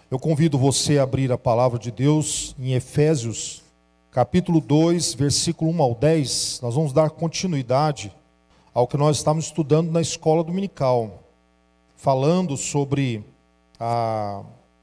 Eu convido você a abrir a palavra de Deus em Efésios, capítulo 2, versículo 1 ao 10. Nós vamos dar continuidade ao que nós estamos estudando na escola dominical, falando sobre a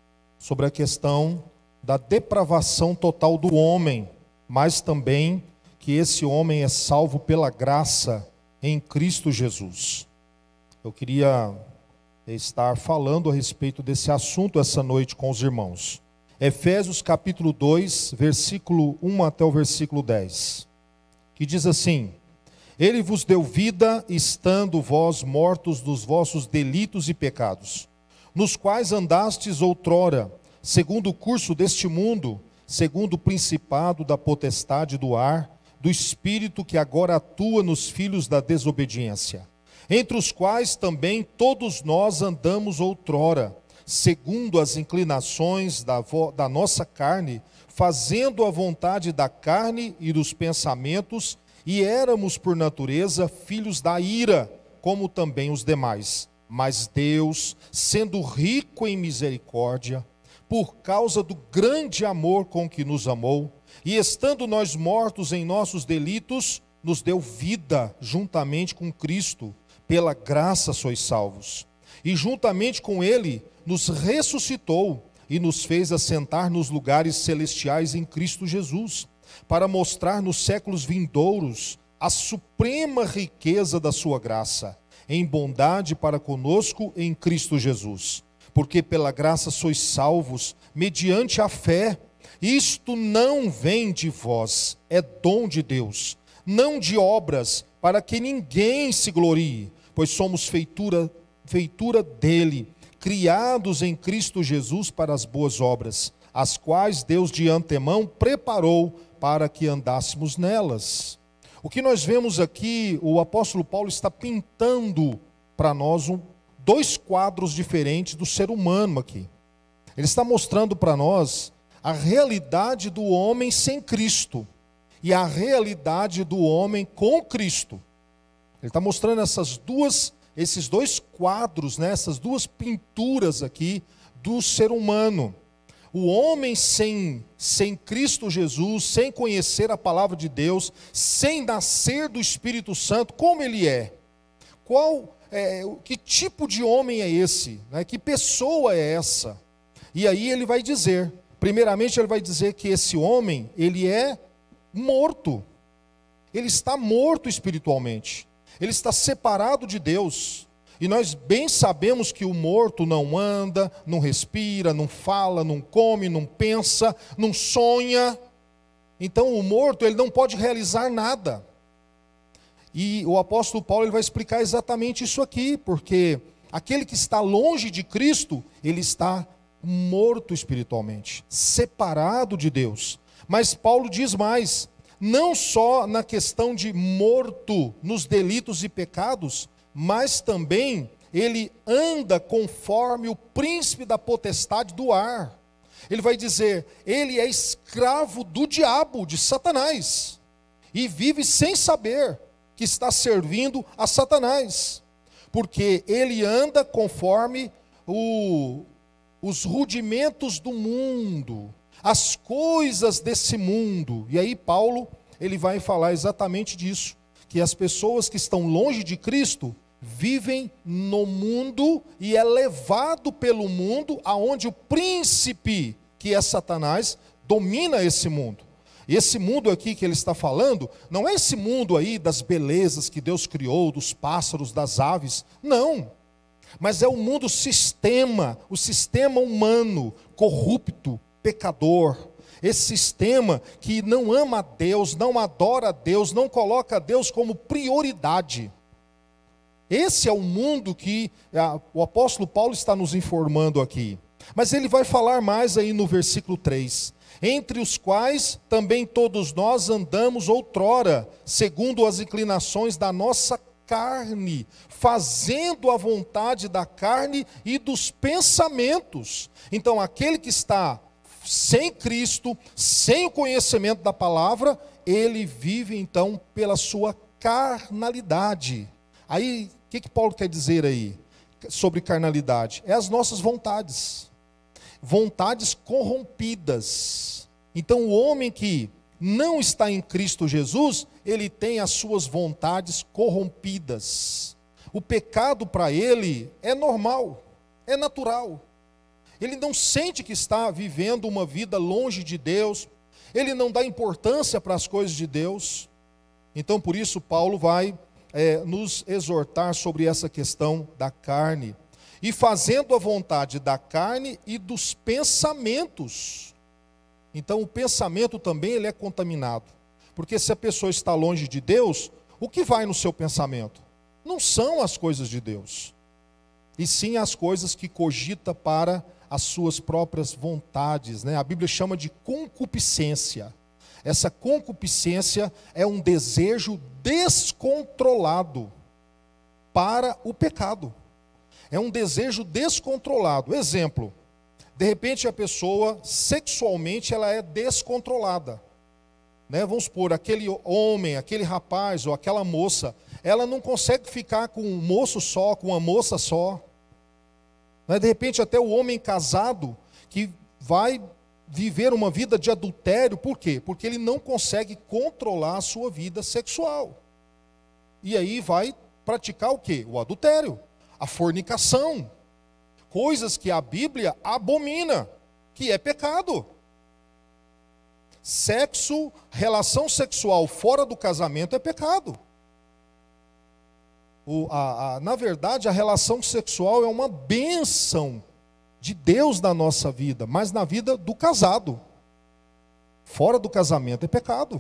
questão da depravação total do homem, mas também que esse homem é salvo pela graça em Cristo Jesus. Eu queria estar falando a respeito desse assunto essa noite com os irmãos. Efésios capítulo 2, versículo 1 até o versículo 10, que diz assim: Ele vos deu vida, estando vós mortos dos vossos delitos e pecados, nos quais andastes outrora, segundo o curso deste mundo, segundo o principado da potestade do ar, do espírito que agora atua nos filhos da desobediência, entre os quais também todos nós andamos outrora, segundo as inclinações da nossa carne, fazendo a vontade da carne e dos pensamentos, e éramos por natureza filhos da ira, como também os demais. Mas Deus, sendo rico em misericórdia, por causa do grande amor com que nos amou, e estando nós mortos em nossos delitos, nos deu vida juntamente com Cristo. Pela graça sois salvos. E juntamente com Ele nos ressuscitou e nos fez assentar nos lugares celestiais em Cristo Jesus, para mostrar nos séculos vindouros a suprema riqueza da sua graça, em bondade para conosco em Cristo Jesus. Porque pela graça sois salvos, mediante a fé. Isto não vem de vós, é dom de Deus, não de obras, para que ninguém se glorie, pois somos feitura dele, criados em Cristo Jesus para as boas obras, as quais Deus de antemão preparou para que andássemos nelas. O que nós vemos aqui, o apóstolo Paulo está pintando para nós dois quadros diferentes do ser humano aqui. Ele está mostrando para nós a realidade do homem sem Cristo e a realidade do homem com Cristo. Ele está mostrando esses dois quadros, né, essas duas pinturas aqui do ser humano. O homem sem Cristo Jesus, sem conhecer a palavra de Deus, sem nascer do Espírito Santo, como ele é? Que tipo de homem é esse? Né? Que pessoa é essa? E aí ele vai dizer, primeiramente ele vai dizer que esse homem, ele é morto. Ele está morto espiritualmente. Ele está separado de Deus. E nós bem sabemos que o morto não anda, não respira, não fala, não come, não pensa, não sonha. Então o morto, ele não pode realizar nada. E o apóstolo Paulo ele vai explicar exatamente isso aqui, porque aquele que está longe de Cristo, ele está morto espiritualmente, separado de Deus. Mas Paulo diz mais, não só na questão de morto nos delitos e pecados, mas também ele anda conforme o príncipe da potestade do ar. Ele vai dizer, ele é escravo do diabo, de Satanás, e vive sem saber que está servindo a Satanás, porque ele anda conforme os rudimentos do mundo, as coisas desse mundo. E aí Paulo, ele vai falar exatamente disso, que as pessoas que estão longe de Cristo vivem no mundo e é levado pelo mundo, aonde o príncipe, que é Satanás, domina esse mundo. E esse mundo aqui que ele está falando, não é esse mundo aí das belezas que Deus criou, dos pássaros, das aves, não. Mas é o mundo sistema, o sistema humano, corrupto, pecador, esse sistema que não ama a Deus, não adora a Deus, não coloca a Deus como prioridade. Esse é o mundo que o apóstolo Paulo está nos informando aqui. Mas ele vai falar mais aí no versículo 3. Entre os quais também todos nós andamos outrora, segundo as inclinações da nossa carne, fazendo a vontade da carne e dos pensamentos. Então aquele que está sem Cristo, sem o conhecimento da palavra, ele vive então pela sua carnalidade. Aí, o que Paulo quer dizer aí sobre carnalidade? É as nossas vontades. vontades corrompidas. Então o homem que não está em Cristo Jesus, ele tem as suas vontades corrompidas. O pecado para ele é normal, é natural. Ele não sente que está vivendo uma vida longe de Deus, ele não dá importância para as coisas de Deus. Então por isso Paulo vai nos exortar sobre essa questão da carne. E fazendo a vontade da carne e dos pensamentos. Então o pensamento também ele é contaminado. Porque se a pessoa está longe de Deus, o que vai no seu pensamento? Não são as coisas de Deus, e sim as coisas que cogita para as suas próprias vontades, né? A Bíblia chama de concupiscência. Essa concupiscência é um desejo descontrolado para o pecado. É um desejo descontrolado. Exemplo, de repente a pessoa sexualmente ela é descontrolada, né? Vamos supor, aquele homem, aquele rapaz ou aquela moça, ela não consegue ficar com um moço só, com uma moça só. De repente até o homem casado que vai viver uma vida de adultério, por quê? Porque ele não consegue controlar a sua vida sexual. E aí vai praticar o quê? O adultério, a fornicação, coisas que a Bíblia abomina, que é pecado. Sexo, relação sexual fora do casamento é pecado. Na verdade, a relação sexual é uma bênção de Deus na nossa vida, mas na vida do casado. Fora do casamento é pecado.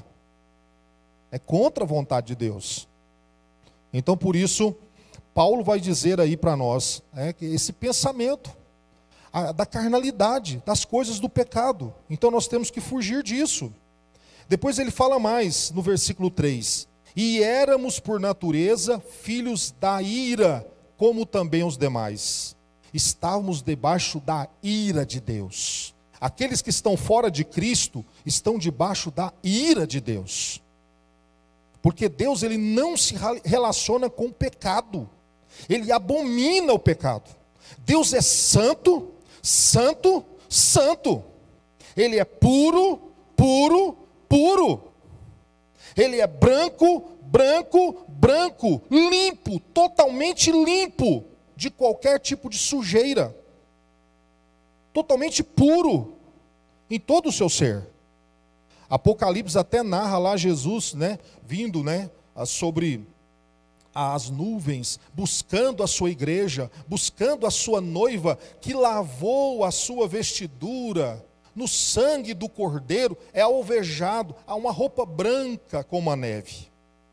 É contra a vontade de Deus. Então, por isso, Paulo vai dizer aí para nós, que esse pensamento da carnalidade, das coisas do pecado. Então nós temos que fugir disso. Depois ele fala mais no versículo 3. E éramos por natureza filhos da ira, como também os demais. Estávamos debaixo da ira de Deus. Aqueles que estão fora de Cristo estão debaixo da ira de Deus. Porque Deus ele não se relaciona com o pecado. Ele abomina o pecado. Deus é santo, santo, santo. Ele é puro, puro, puro. Ele é branco, branco, branco, limpo, totalmente limpo de qualquer tipo de sujeira. Totalmente puro em todo o seu ser. Apocalipse até narra lá Jesus, vindo, sobre as nuvens, buscando a sua igreja, buscando a sua noiva, que lavou a sua vestidura no sangue do cordeiro, é alvejado a uma roupa branca como a neve,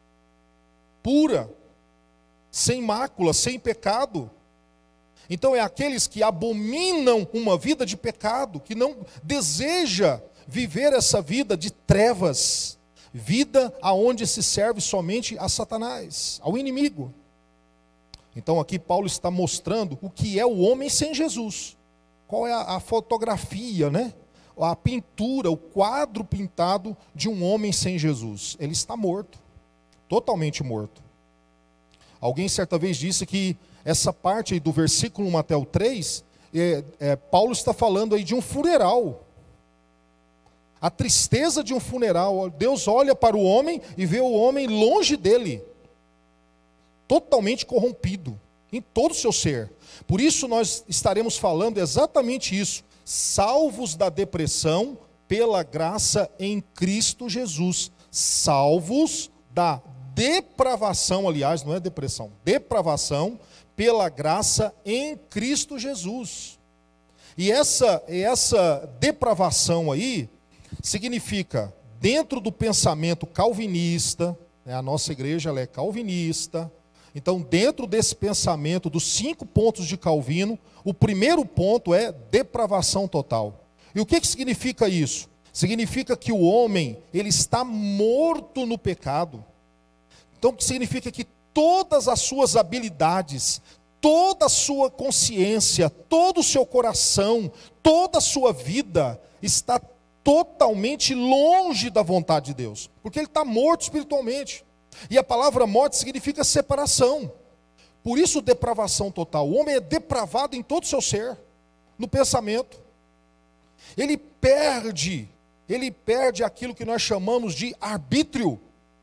pura, sem mácula, sem pecado. Então é aqueles que abominam uma vida de pecado, que não deseja viver essa vida de trevas, vida aonde se serve somente a Satanás, ao inimigo. Então aqui Paulo está mostrando o que é o homem sem Jesus. Qual é a fotografia, a pintura, o quadro pintado de um homem sem Jesus. Ele está morto, totalmente morto. Alguém certa vez disse que essa parte aí do versículo 1 até o 3, Paulo está falando aí de um funeral. A tristeza de um funeral. Deus olha para o homem e vê o homem longe dele, totalmente corrompido, em todo o seu ser. Por isso nós estaremos falando exatamente isso. Salvos da depressão pela graça em Cristo Jesus. Salvos da depravação, aliás, não é depressão, depravação pela graça em Cristo Jesus. E essa depravação aí significa, dentro do pensamento calvinista, a nossa igreja ela é calvinista. Então, dentro desse pensamento dos 5 pontos de Calvino, o primeiro ponto é depravação total. E o que significa isso? Significa que o homem, ele está morto no pecado. Então, o que significa que todas as suas habilidades, toda a sua consciência, todo o seu coração, toda a sua vida está totalmente longe da vontade de Deus. Porque ele está morto espiritualmente. E a palavra morte significa separação. Por isso depravação total. O homem é depravado em todo o seu ser, no pensamento. ele perde aquilo que nós chamamos de arbítrio.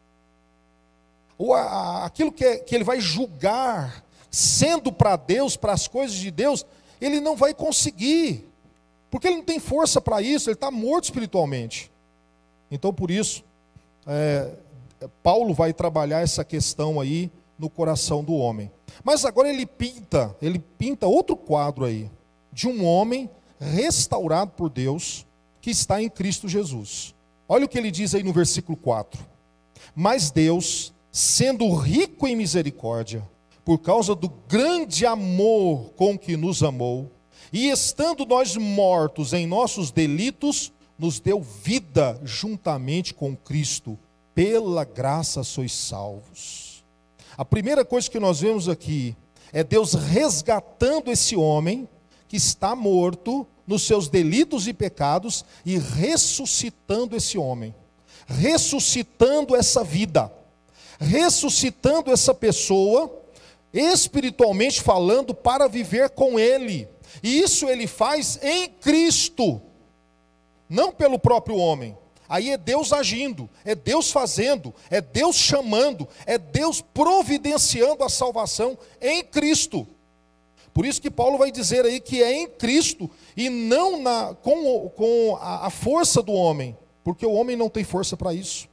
Ou aquilo que ele vai julgar, sendo para Deus, para as coisas de Deus, ele não vai conseguir, porque ele não tem força para isso, ele está morto espiritualmente. Então, por isso, Paulo vai trabalhar essa questão aí no coração do homem. Mas agora ele pinta outro quadro aí, de um homem restaurado por Deus, que está em Cristo Jesus. Olha o que ele diz aí no versículo 4. Mas Deus, sendo rico em misericórdia, por causa do grande amor com que nos amou, e estando nós mortos em nossos delitos, nos deu vida juntamente com Cristo. Pela graça sois salvos. A primeira coisa que nós vemos aqui é Deus resgatando esse homem que está morto nos seus delitos e pecados e ressuscitando esse homem, ressuscitando essa vida, ressuscitando essa pessoa, espiritualmente falando, para viver com Ele. E isso Ele faz em Cristo, não pelo próprio homem. Aí é Deus agindo, é Deus fazendo, é Deus chamando, é Deus providenciando a salvação em Cristo. Por isso que Paulo vai dizer aí que é em Cristo e não com a força do homem, porque o homem não tem força para isso.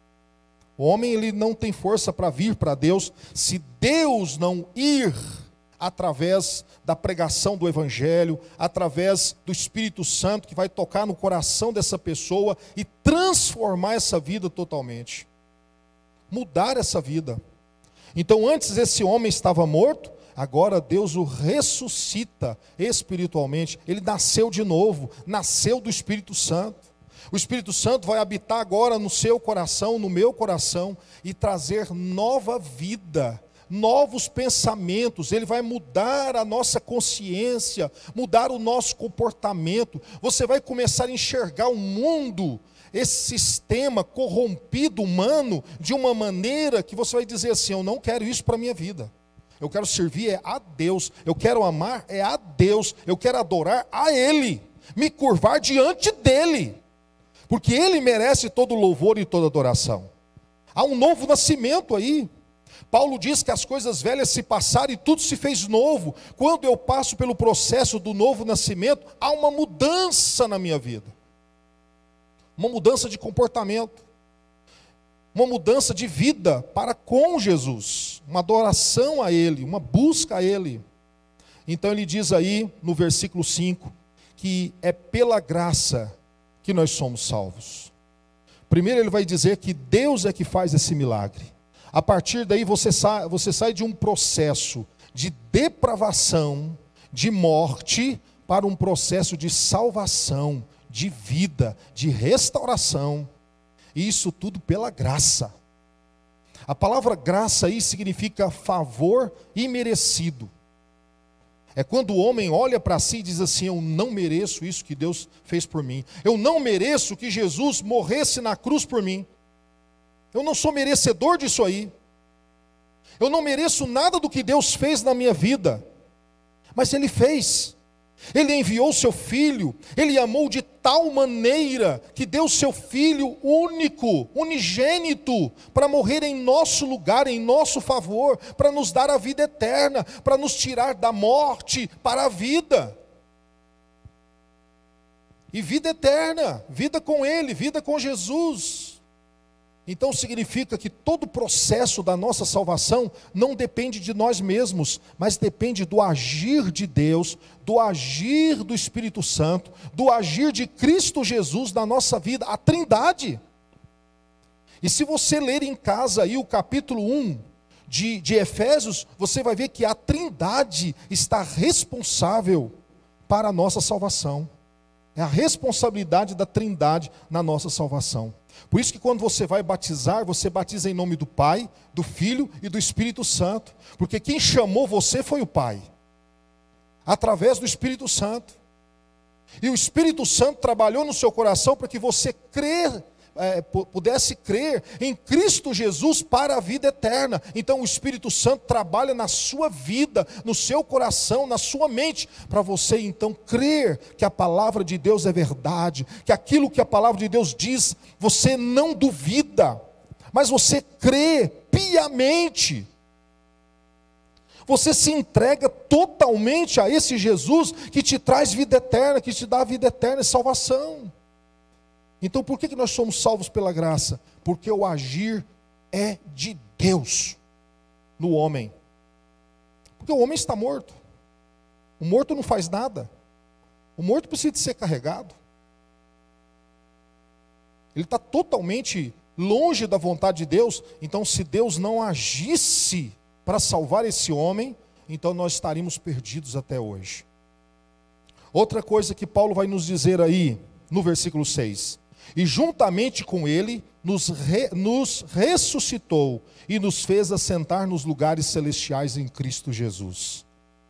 O homem ele não tem força para vir para Deus se Deus não ir através da pregação do Evangelho, através do Espírito Santo que vai tocar no coração dessa pessoa e transformar essa vida totalmente, mudar essa vida. Então antes esse homem estava morto, agora Deus o ressuscita espiritualmente, ele nasceu de novo, nasceu do Espírito Santo. O Espírito Santo vai habitar agora no seu coração, no meu coração, e trazer nova vida, novos pensamentos. Ele vai mudar a nossa consciência, mudar o nosso comportamento. Você vai começar a enxergar o mundo, esse sistema corrompido humano, de uma maneira que você vai dizer assim: eu não quero isso para a minha vida. Eu quero servir a Deus, eu quero amar a Deus, eu quero adorar a Ele, me curvar diante dEle, porque Ele merece todo louvor e toda adoração. Há um novo nascimento aí. Paulo diz que as coisas velhas se passaram e tudo se fez novo. Quando eu passo pelo processo do novo nascimento, há uma mudança na minha vida. Uma mudança de comportamento. Uma mudança de vida para com Jesus. Uma adoração a Ele, uma busca a Ele. Então ele diz aí no versículo 5, que é pela graça que nós somos salvos. Primeiro ele vai dizer que Deus é que faz esse milagre. A partir daí você sai de um processo de depravação, de morte, para um processo de salvação, de vida, de restauração. E isso tudo pela graça. A palavra graça aí significa favor imerecido. É quando o homem olha para si e diz assim: eu não mereço isso que Deus fez por mim. Eu não mereço que Jesus morresse na cruz por mim. Eu não sou merecedor disso aí. Eu não mereço nada do que Deus fez na minha vida. Mas Ele fez. Ele enviou seu Filho. Ele amou de tal maneira que deu seu Filho único, unigênito, para morrer em nosso lugar, em nosso favor, para nos dar a vida eterna, para nos tirar da morte para a vida. E vida eterna, vida com Ele, vida com Jesus. Então significa que todo o processo da nossa salvação não depende de nós mesmos, mas depende do agir de Deus, do agir do Espírito Santo, do agir de Cristo Jesus na nossa vida, a Trindade. E se você ler em casa aí o capítulo 1 de Efésios, você vai ver que a Trindade está responsável para a nossa salvação. É a responsabilidade da Trindade na nossa salvação. Por isso que quando você vai batizar, você batiza em nome do Pai, do Filho e do Espírito Santo. Porque quem chamou você foi o Pai, através do Espírito Santo. E o Espírito Santo trabalhou no seu coração para que você pudesse crer em Cristo Jesus para a vida eterna. Então o Espírito Santo trabalha na sua vida, no seu coração, na sua mente, para você então crer que a palavra de Deus é verdade, que aquilo que a palavra de Deus diz, você não duvida, mas você crê piamente. Você se entrega totalmente a esse Jesus que te traz vida eterna, que te dá vida eterna e salvação. Então por que nós somos salvos pela graça? Porque o agir é de Deus no homem. Porque o homem está morto. O morto não faz nada. O morto precisa de ser carregado. Ele está totalmente longe da vontade de Deus. Então se Deus não agisse para salvar esse homem, então nós estaríamos perdidos até hoje. Outra coisa que Paulo vai nos dizer aí, no versículo 6. E juntamente com ele, nos ressuscitou e nos fez assentar nos lugares celestiais em Cristo Jesus.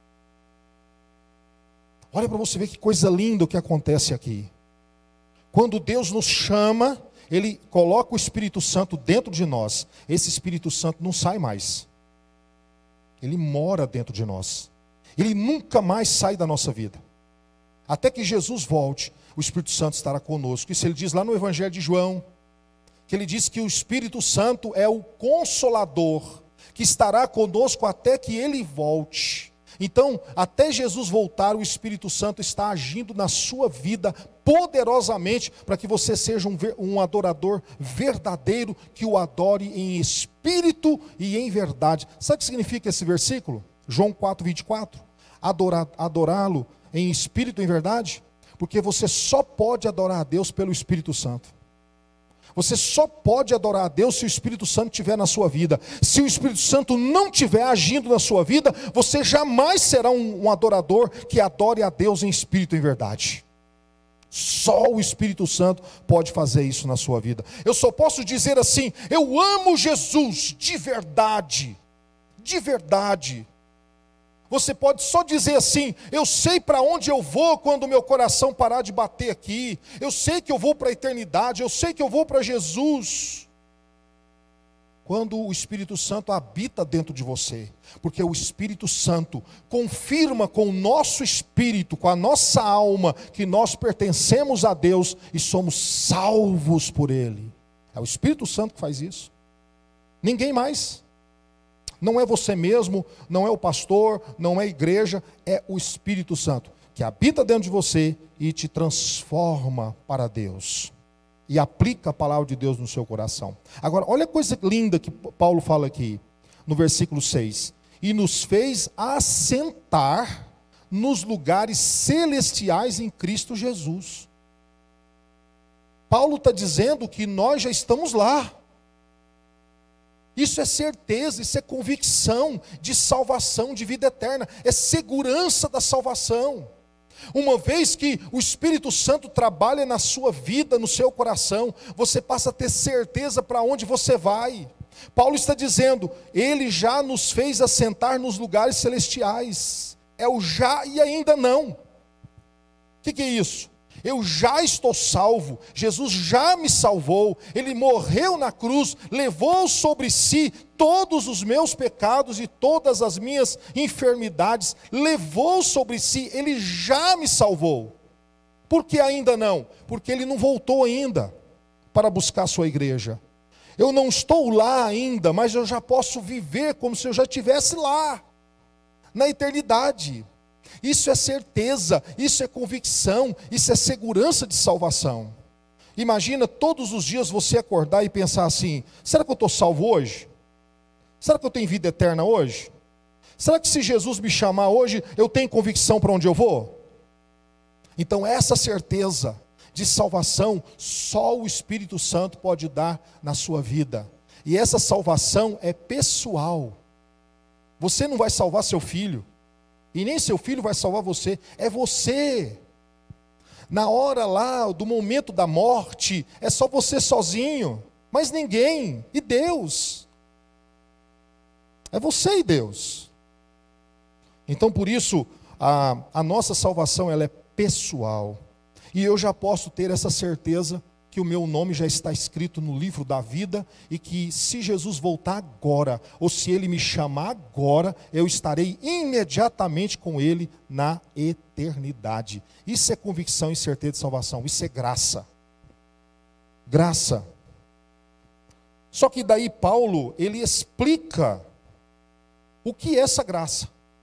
Olha para você ver que coisa linda o que acontece aqui. Quando Deus nos chama, Ele coloca o Espírito Santo dentro de nós. Esse Espírito Santo não sai mais. Ele mora dentro de nós. Ele nunca mais sai da nossa vida. Até que Jesus volte, o Espírito Santo estará conosco. Isso ele diz lá no Evangelho de João, que ele diz que o Espírito Santo é o Consolador, que estará conosco até que ele volte. Então, até Jesus voltar, o Espírito Santo está agindo na sua vida poderosamente, para que você seja um adorador verdadeiro, que o adore em espírito e em verdade. Sabe o que significa esse versículo? João 4:24. Adorá-lo em espírito e em verdade, porque você só pode adorar a Deus pelo Espírito Santo. Você só pode adorar a Deus se o Espírito Santo estiver na sua vida. Se o Espírito Santo não estiver agindo na sua vida, você jamais será um adorador que adore a Deus em espírito e em verdade. Só o Espírito Santo pode fazer isso na sua vida. Eu só posso dizer assim: eu amo Jesus de verdade. De verdade. Você pode só dizer assim: eu sei para onde eu vou quando o meu coração parar de bater aqui. Eu sei que eu vou para a eternidade. Eu sei que eu vou para Jesus. Quando o Espírito Santo habita dentro de você. Porque o Espírito Santo confirma com o nosso espírito, com a nossa alma, que nós pertencemos a Deus e somos salvos por Ele. É o Espírito Santo que faz isso. Ninguém mais. Não é você mesmo, não é o pastor, não é a igreja, é o Espírito Santo, que habita dentro de você e te transforma para Deus. E aplica a palavra de Deus no seu coração. Agora, olha a coisa linda que Paulo fala aqui, no versículo 6. E nos fez assentar nos lugares celestiais em Cristo Jesus. Paulo está dizendo que nós já estamos lá. Isso é certeza, isso é convicção de salvação, de vida eterna. É segurança da salvação. Uma vez que o Espírito Santo trabalha na sua vida, no seu coração, você passa a ter certeza para onde você vai. Paulo está dizendo, Ele já nos fez assentar nos lugares celestiais. É o já e ainda não. O que é isso? Eu já estou salvo, Jesus já me salvou, Ele morreu na cruz, levou sobre si todos os meus pecados e todas as minhas enfermidades, levou sobre si, Ele já me salvou. Por que ainda não? Porque Ele não voltou ainda para buscar a sua igreja. Eu não estou lá ainda, mas eu já posso viver como se eu já estivesse lá, na eternidade. Isso é certeza, isso é convicção, isso é segurança de salvação. Imagina todos os dias você acordar e pensar assim: será que eu estou salvo hoje? Será que eu tenho vida eterna hoje? Será que se Jesus me chamar hoje, eu tenho convicção para onde eu vou? Então essa certeza de salvação, só o Espírito Santo pode dar na sua vida. E essa salvação é pessoal. Você não vai salvar seu filho. E nem seu filho vai salvar você, é você. Na hora lá, do momento da morte, é só você sozinho, mas ninguém, e Deus. É você e Deus. Então por isso, a nossa salvação ela é pessoal. E eu já posso ter essa certeza que o meu nome já está escrito no livro da vida e que se Jesus voltar agora, ou se Ele me chamar agora, eu estarei imediatamente com Ele na eternidade. Isso é convicção e certeza de salvação, isso é graça. Graça. Só que daí Paulo, ele explica o que é essa graça.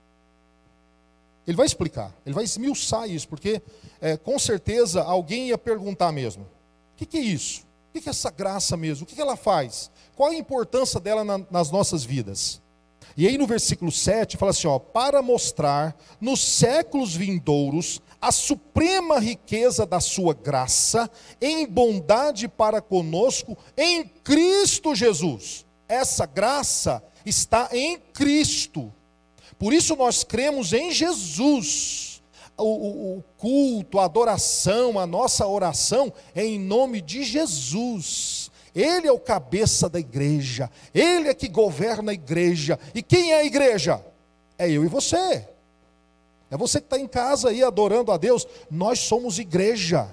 Ele vai explicar, ele vai esmiuçar isso, porque com certeza alguém ia perguntar mesmo. O que é isso? O que é essa graça mesmo? O que ela faz? Qual a importância dela nas nossas vidas? E aí no versículo 7 fala assim, para mostrar nos séculos vindouros a suprema riqueza da sua graça em bondade para conosco em Cristo Jesus. Essa graça está em Cristo. Por isso nós cremos em Jesus. O culto, a adoração, a nossa oração é em nome de Jesus. Ele é o cabeça da igreja, Ele é que governa a igreja. E quem é a igreja? É eu e você. É você que está em casa aí adorando a Deus. Nós somos igreja.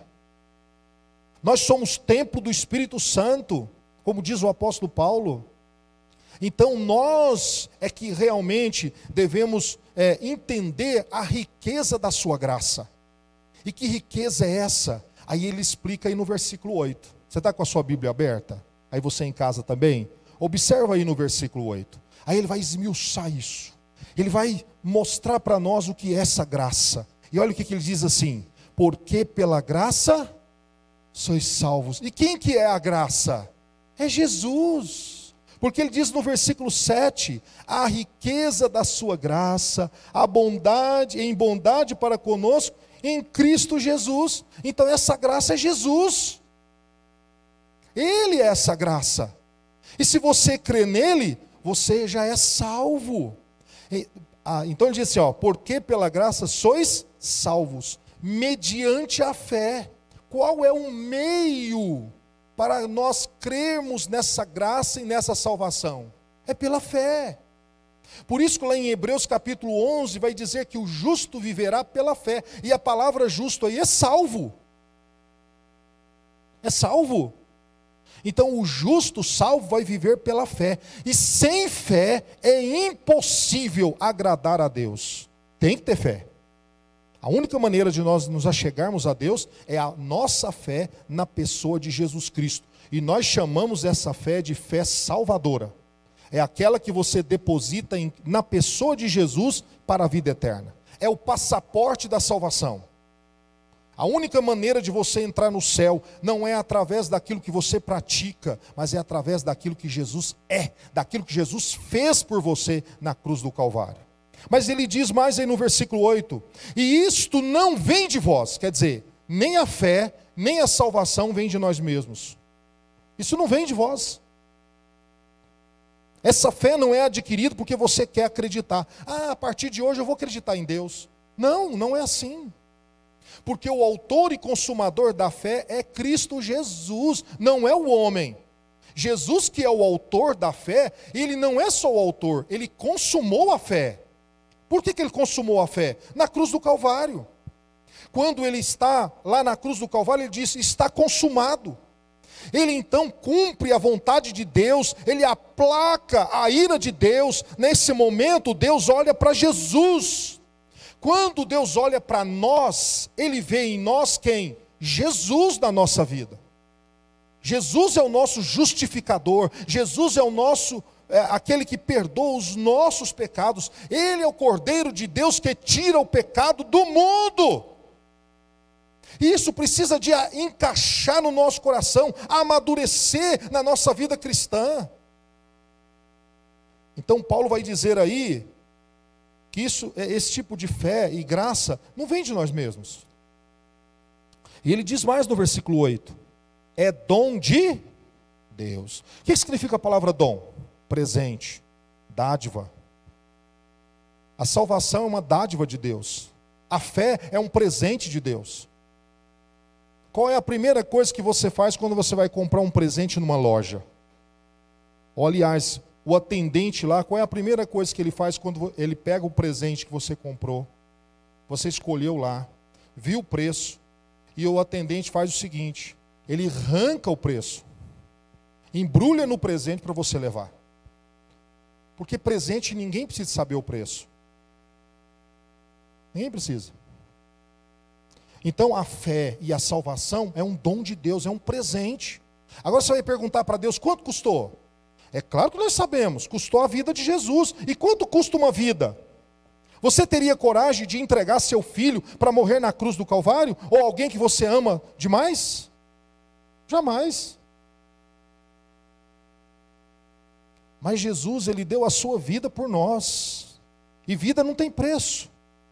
Nós somos templo do Espírito Santo, como diz o apóstolo Paulo. Então nós é que realmente devemos entender a riqueza da sua graça. E que riqueza é essa? Aí ele explica aí no versículo 8. Você está com a sua Bíblia aberta? Aí você em casa também? Observa aí no versículo 8. Aí ele vai esmiuçar isso. Ele vai mostrar para nós o que é essa graça. E olha o que ele diz assim: porque pela graça sois salvos. E quem que é a graça? É Jesus. Porque ele diz no versículo 7, a riqueza da sua graça, a bondade, em bondade para conosco, em Cristo Jesus. Então essa graça é Jesus. Ele é essa graça. E se você crê nele, você já é salvo. Então ele diz assim, porque pela graça sois salvos, mediante a fé. Qual é o meio para nós crermos nessa graça e nessa salvação? É pela fé. Por isso que lá em Hebreus capítulo 11 vai dizer que o justo viverá pela fé. E a palavra justo aí é salvo. É salvo. Então o justo salvo vai viver pela fé. E sem fé é impossível agradar a Deus. Tem que ter fé. A única maneira de nós nos achegarmos a Deus é a nossa fé na pessoa de Jesus Cristo. E nós chamamos essa fé de fé salvadora. É aquela que você deposita na pessoa de Jesus para a vida eterna. É o passaporte da salvação. A única maneira de você entrar no céu não é através daquilo que você pratica, mas é através daquilo que Jesus é, daquilo que Jesus fez por você na cruz do Calvário. Mas ele diz mais aí no versículo 8, e isto não vem de vós, quer dizer, nem a fé, nem a salvação vem de nós mesmos. Isso não vem de vós. Essa fé não é adquirida porque você quer acreditar. A partir de hoje eu vou acreditar em Deus. Não, não é assim. Porque o autor e consumador da fé é Cristo Jesus, não é o homem. Jesus, que é o autor da fé, ele não é só o autor, ele consumou a fé. Por que ele consumou a fé? Na cruz do Calvário. Quando ele está lá na cruz do Calvário, ele diz, está consumado. Ele então cumpre a vontade de Deus, ele aplaca a ira de Deus. Nesse momento, Deus olha para Jesus. Quando Deus olha para nós, Ele vê em nós quem? Jesus na nossa vida. Jesus é o nosso justificador. Jesus é o nosso, aquele que perdoa os nossos pecados. Ele é o Cordeiro de Deus que tira o pecado do mundo. E isso precisa de encaixar no nosso coração, amadurecer na nossa vida cristã. Então Paulo vai dizer aí, que esse tipo de fé e graça não vem de nós mesmos. E ele diz mais no versículo 8, é dom de Deus. O que significa a palavra dom? Presente, dádiva. A salvação é uma dádiva de Deus. A fé é um presente de Deus. Qual é a primeira coisa que você faz quando você vai comprar um presente numa loja? Ou aliás, o atendente lá, qual é a primeira coisa que ele faz quando ele pega o presente que você comprou? Você escolheu lá, viu o preço, e o atendente faz o seguinte, Ele arranca o preço, embrulha no presente para você levar. Porque presente ninguém precisa saber o preço. Ninguém precisa. Então a fé e a salvação é um dom de Deus, é um presente. Agora você vai perguntar para Deus, quanto custou? É claro que nós sabemos, custou a vida de Jesus. E quanto custa uma vida? Você teria coragem de entregar seu filho para morrer na cruz do Calvário? Ou alguém que você ama demais? Jamais. Mas Jesus, Ele deu a sua vida por nós. E vida não tem preço.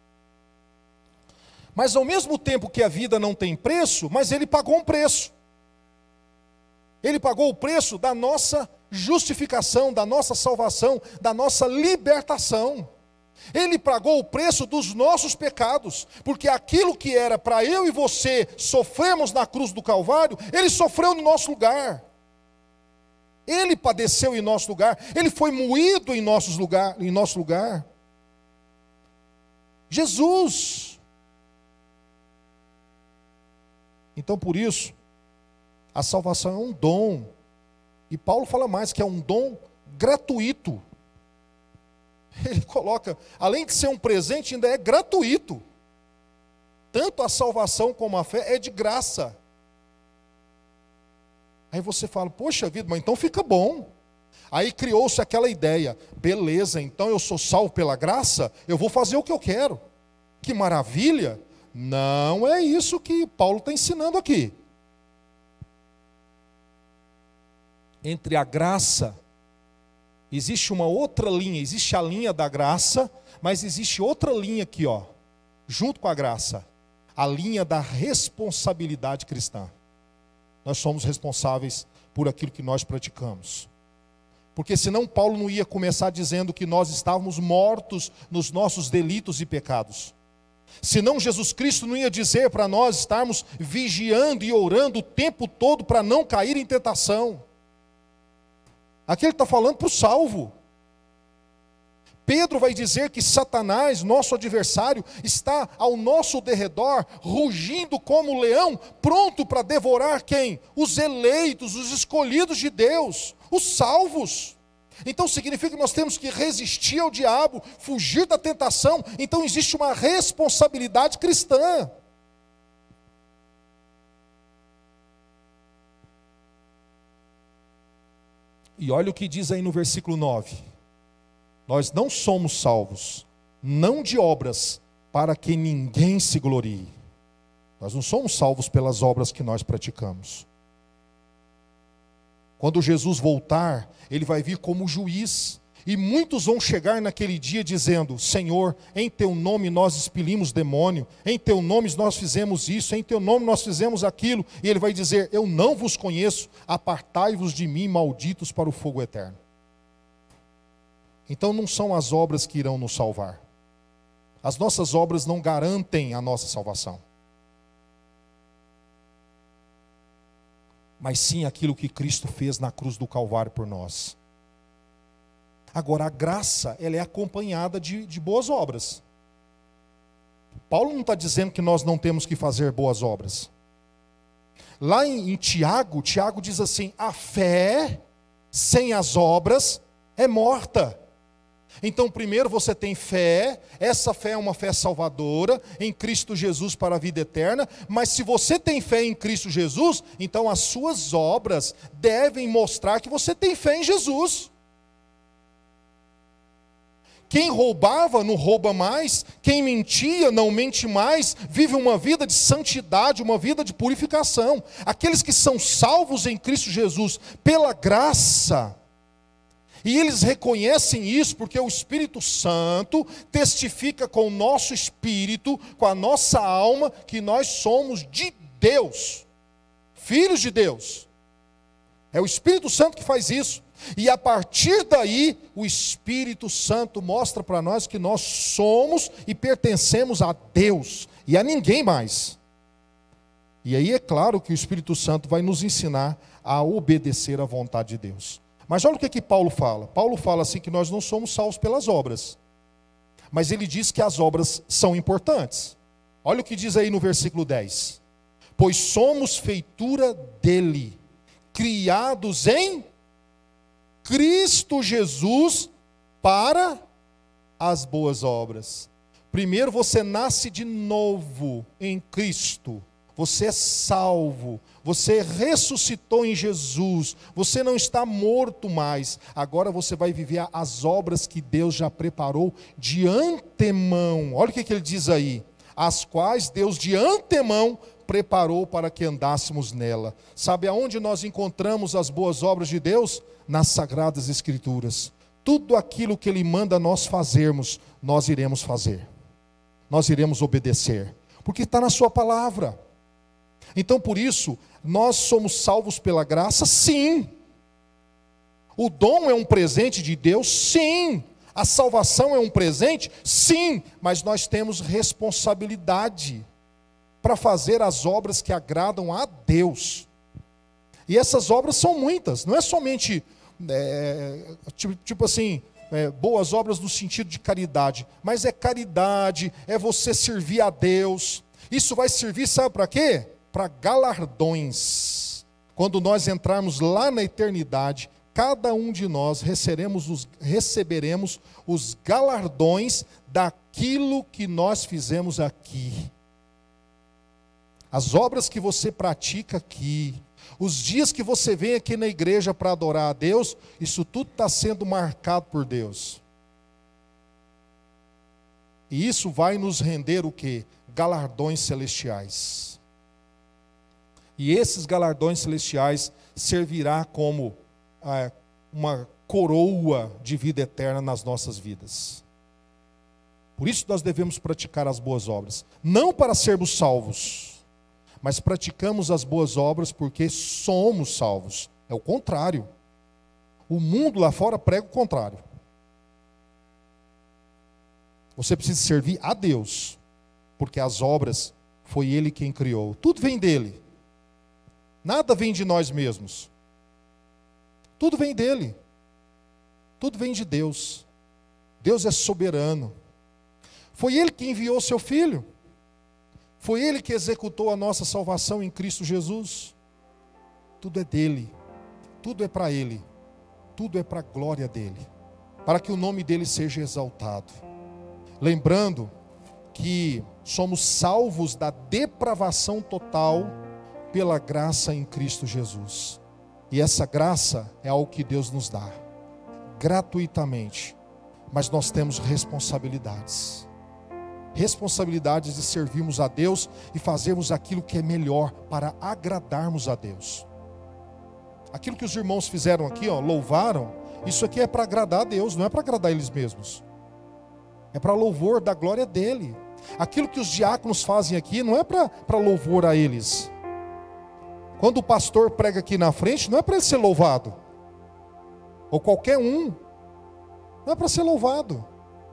Mas ao mesmo tempo que a vida não tem preço, mas Ele pagou um preço. Ele pagou o preço da nossa justificação, da nossa salvação, da nossa libertação. Ele pagou o preço dos nossos pecados, porque aquilo que era para eu e você sofrermos na cruz do Calvário, Ele sofreu no nosso lugar. Ele padeceu em nosso lugar, Ele foi moído em nosso lugar. Jesus. Então por isso, a salvação é um dom. E Paulo fala mais, que é um dom gratuito. Ele coloca, além de ser um presente, ainda é gratuito. Tanto a salvação como a fé é de graça. Aí você fala, poxa vida, mas então fica bom. Aí criou-se aquela ideia, beleza, então eu sou salvo pela graça, eu vou fazer o que eu quero. Que maravilha! Não é isso que Paulo está ensinando aqui. Entre a graça, existe uma outra linha, existe a linha da graça, mas existe outra linha aqui, ó, junto com a graça, a linha da responsabilidade cristã. Nós somos responsáveis por aquilo que nós praticamos. Porque senão Paulo não ia começar dizendo que nós estávamos mortos nos nossos delitos e pecados. Senão Jesus Cristo não ia dizer para nós estarmos vigiando e orando o tempo todo para não cair em tentação. Aqui ele está falando para o salvo. Pedro vai dizer que Satanás, nosso adversário, está ao nosso derredor, rugindo como leão, pronto para devorar quem? Os eleitos, os escolhidos de Deus, os salvos. Então significa que nós temos que resistir ao diabo, fugir da tentação. Então existe uma responsabilidade cristã. E olha o que diz aí no versículo 9. Nós não somos salvos, não de obras, para que ninguém se glorie. Nós não somos salvos pelas obras que nós praticamos. Quando Jesus voltar, Ele vai vir como juiz. E muitos vão chegar naquele dia dizendo, Senhor, em Teu nome nós expelimos demônio, em Teu nome nós fizemos isso, em Teu nome nós fizemos aquilo. E Ele vai dizer, eu não vos conheço, apartai-vos de mim, malditos, para o fogo eterno. Então não são as obras que irão nos salvar. As nossas obras não garantem a nossa salvação. Mas sim aquilo que Cristo fez na cruz do Calvário por nós. Agora, a graça, ela é acompanhada de boas obras. Paulo não está dizendo que nós não temos que fazer boas obras. Lá em Tiago, Tiago diz assim, a fé sem as obras é morta. Então, primeiro você tem fé, essa fé é uma fé salvadora, em Cristo Jesus para a vida eterna, mas se você tem fé em Cristo Jesus, então as suas obras devem mostrar que você tem fé em Jesus. Quem roubava não rouba mais, quem mentia não mente mais, vive uma vida de santidade, uma vida de purificação. Aqueles que são salvos em Cristo Jesus pela graça, e eles reconhecem isso porque o Espírito Santo testifica com o nosso espírito, com a nossa alma, que nós somos de Deus, filhos de Deus. É o Espírito Santo que faz isso. E a partir daí, o Espírito Santo mostra para nós que nós somos e pertencemos a Deus e a ninguém mais. E aí é claro que o Espírito Santo vai nos ensinar a obedecer à vontade de Deus. Mas olha o que Paulo fala. Paulo fala assim que nós não somos salvos pelas obras. Mas ele diz que as obras são importantes. Olha o que diz aí no versículo 10. pois somos feitura dele, criados em Cristo Jesus para as boas obras. Primeiro você nasce de novo em Cristo. Você é salvo, você ressuscitou em Jesus, você não está morto mais. Agora você vai viver as obras que Deus já preparou de antemão. Olha o que ele diz aí: as quais Deus de antemão preparou para que andássemos nela. Sabe aonde nós encontramos as boas obras de Deus? Nas Sagradas Escrituras. Tudo aquilo que Ele manda nós fazermos, nós iremos fazer. Nós iremos obedecer, porque está na sua palavra. Então por isso, nós somos salvos pela graça, sim. O dom é um presente de Deus, sim. A salvação é um presente, sim. Mas nós temos responsabilidade para fazer as obras que agradam a Deus. E essas obras são muitas, não é somente, boas obras no sentido de caridade, mas é caridade, é você servir a Deus. Isso vai servir, sabe para quê? Para galardões. Quando nós entrarmos lá na eternidade, cada um de nós receberemos os galardões daquilo que nós fizemos aqui. As obras que você pratica aqui, os dias que você vem aqui na igreja para adorar a Deus, isso tudo está sendo marcado por Deus. E isso vai nos render o quê? Galardões celestiais. E esses galardões celestiais servirá como uma coroa de vida eterna nas nossas vidas. Por isso nós devemos praticar as boas obras. Não para sermos salvos, mas praticamos as boas obras porque somos salvos. É o contrário. O mundo lá fora prega o contrário. Você precisa servir a Deus, porque as obras foi Ele quem criou. Tudo vem dEle. Nada vem de nós mesmos. Tudo vem dEle. Tudo vem de Deus. Deus é soberano. Foi Ele que enviou seu Filho. Foi Ele que executou a nossa salvação em Cristo Jesus. Tudo é dEle. Tudo é para Ele. Tudo é para a glória dEle. Para que o nome dEle seja exaltado. Lembrando que somos salvos da depravação total pela graça em Cristo Jesus. E essa graça é algo que Deus nos dá, gratuitamente. Mas nós temos responsabilidades. Responsabilidades de servirmos a Deus e fazermos aquilo que é melhor para agradarmos a Deus. Aquilo que os irmãos fizeram aqui, louvaram, isso aqui é para agradar a Deus, não é para agradar eles mesmos. É para louvor da glória dEle. Aquilo que os diáconos fazem aqui não é para louvor a eles. Quando o pastor prega aqui na frente, não é para ele ser louvado. Ou qualquer um. Não é para ser louvado.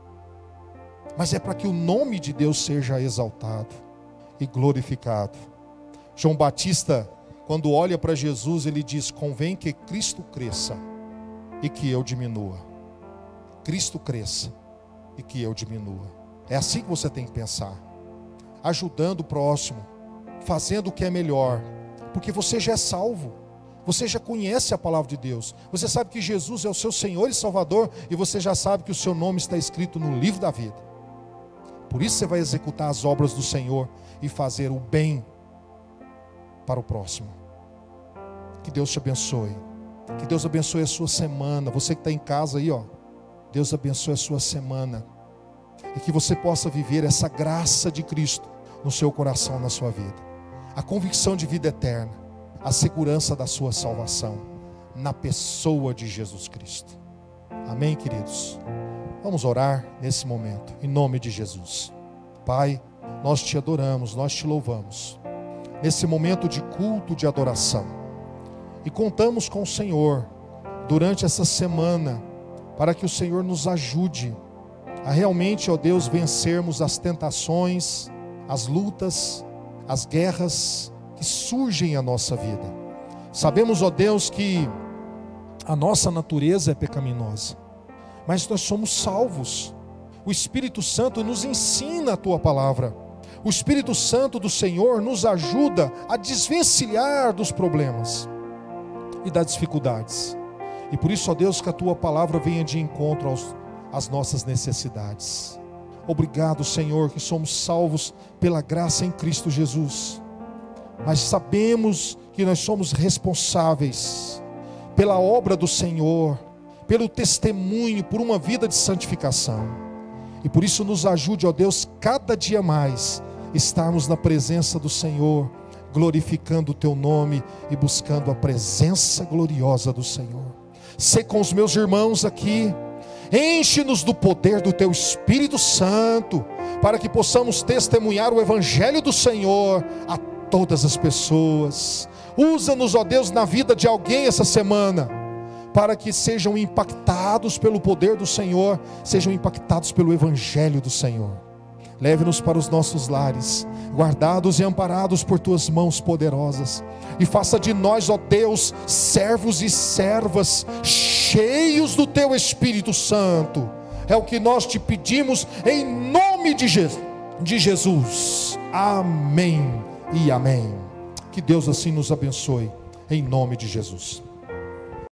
Mas é para que o nome de Deus seja exaltado e glorificado. João Batista, quando olha para Jesus, ele diz: convém que Cristo cresça e que eu diminua. Cristo cresça e que eu diminua. É assim que você tem que pensar. Ajudando o próximo, fazendo o que é melhor. Porque você já é salvo. Você já conhece a palavra de Deus. Você sabe que Jesus é o seu Senhor e Salvador. E você já sabe que o seu nome está escrito no livro da vida. Por isso você vai executar as obras do Senhor e fazer o bem para o próximo. Que Deus te abençoe. Que Deus abençoe a sua semana. Você que está em casa aí, Deus abençoe a sua semana. E que você possa viver essa graça de Cristo no seu coração, na sua vida. A convicção de vida eterna, a segurança da sua salvação, na pessoa de Jesus Cristo. Amém, queridos? Vamos orar nesse momento, em nome de Jesus. Pai, nós te adoramos, nós te louvamos, nesse momento de culto, de adoração. E contamos com o Senhor, durante essa semana, para que o Senhor nos ajude a realmente, Deus, vencermos as tentações, as lutas, as guerras que surgem à nossa vida. Sabemos, Deus, que a nossa natureza é pecaminosa, mas nós somos salvos. O Espírito Santo nos ensina a Tua palavra. O Espírito Santo do Senhor nos ajuda a desvencilhar dos problemas e das dificuldades. E por isso, ó Deus, que a Tua palavra venha de encontro às nossas necessidades. Obrigado, Senhor, que somos salvos pela graça em Cristo Jesus. Mas sabemos que nós somos responsáveis pela obra do Senhor, pelo testemunho, por uma vida de santificação. E por isso nos ajude, ó Deus, cada dia mais estarmos na presença do Senhor, glorificando o Teu nome e buscando a presença gloriosa do Senhor. Sê com os meus irmãos aqui, enche-nos do poder do Teu Espírito Santo, para que possamos testemunhar o Evangelho do Senhor a todas as pessoas. Usa-nos, ó Deus, na vida de alguém essa semana, para que sejam impactados pelo poder do Senhor, sejam impactados pelo Evangelho do Senhor. Leve-nos para os nossos lares, guardados e amparados por Tuas mãos poderosas, e faça de nós, ó Deus, servos e servas, cheios do Teu Espírito Santo. É o que nós Te pedimos, em nome de Jesus. Amém e amém. Que Deus assim nos abençoe, em nome de Jesus.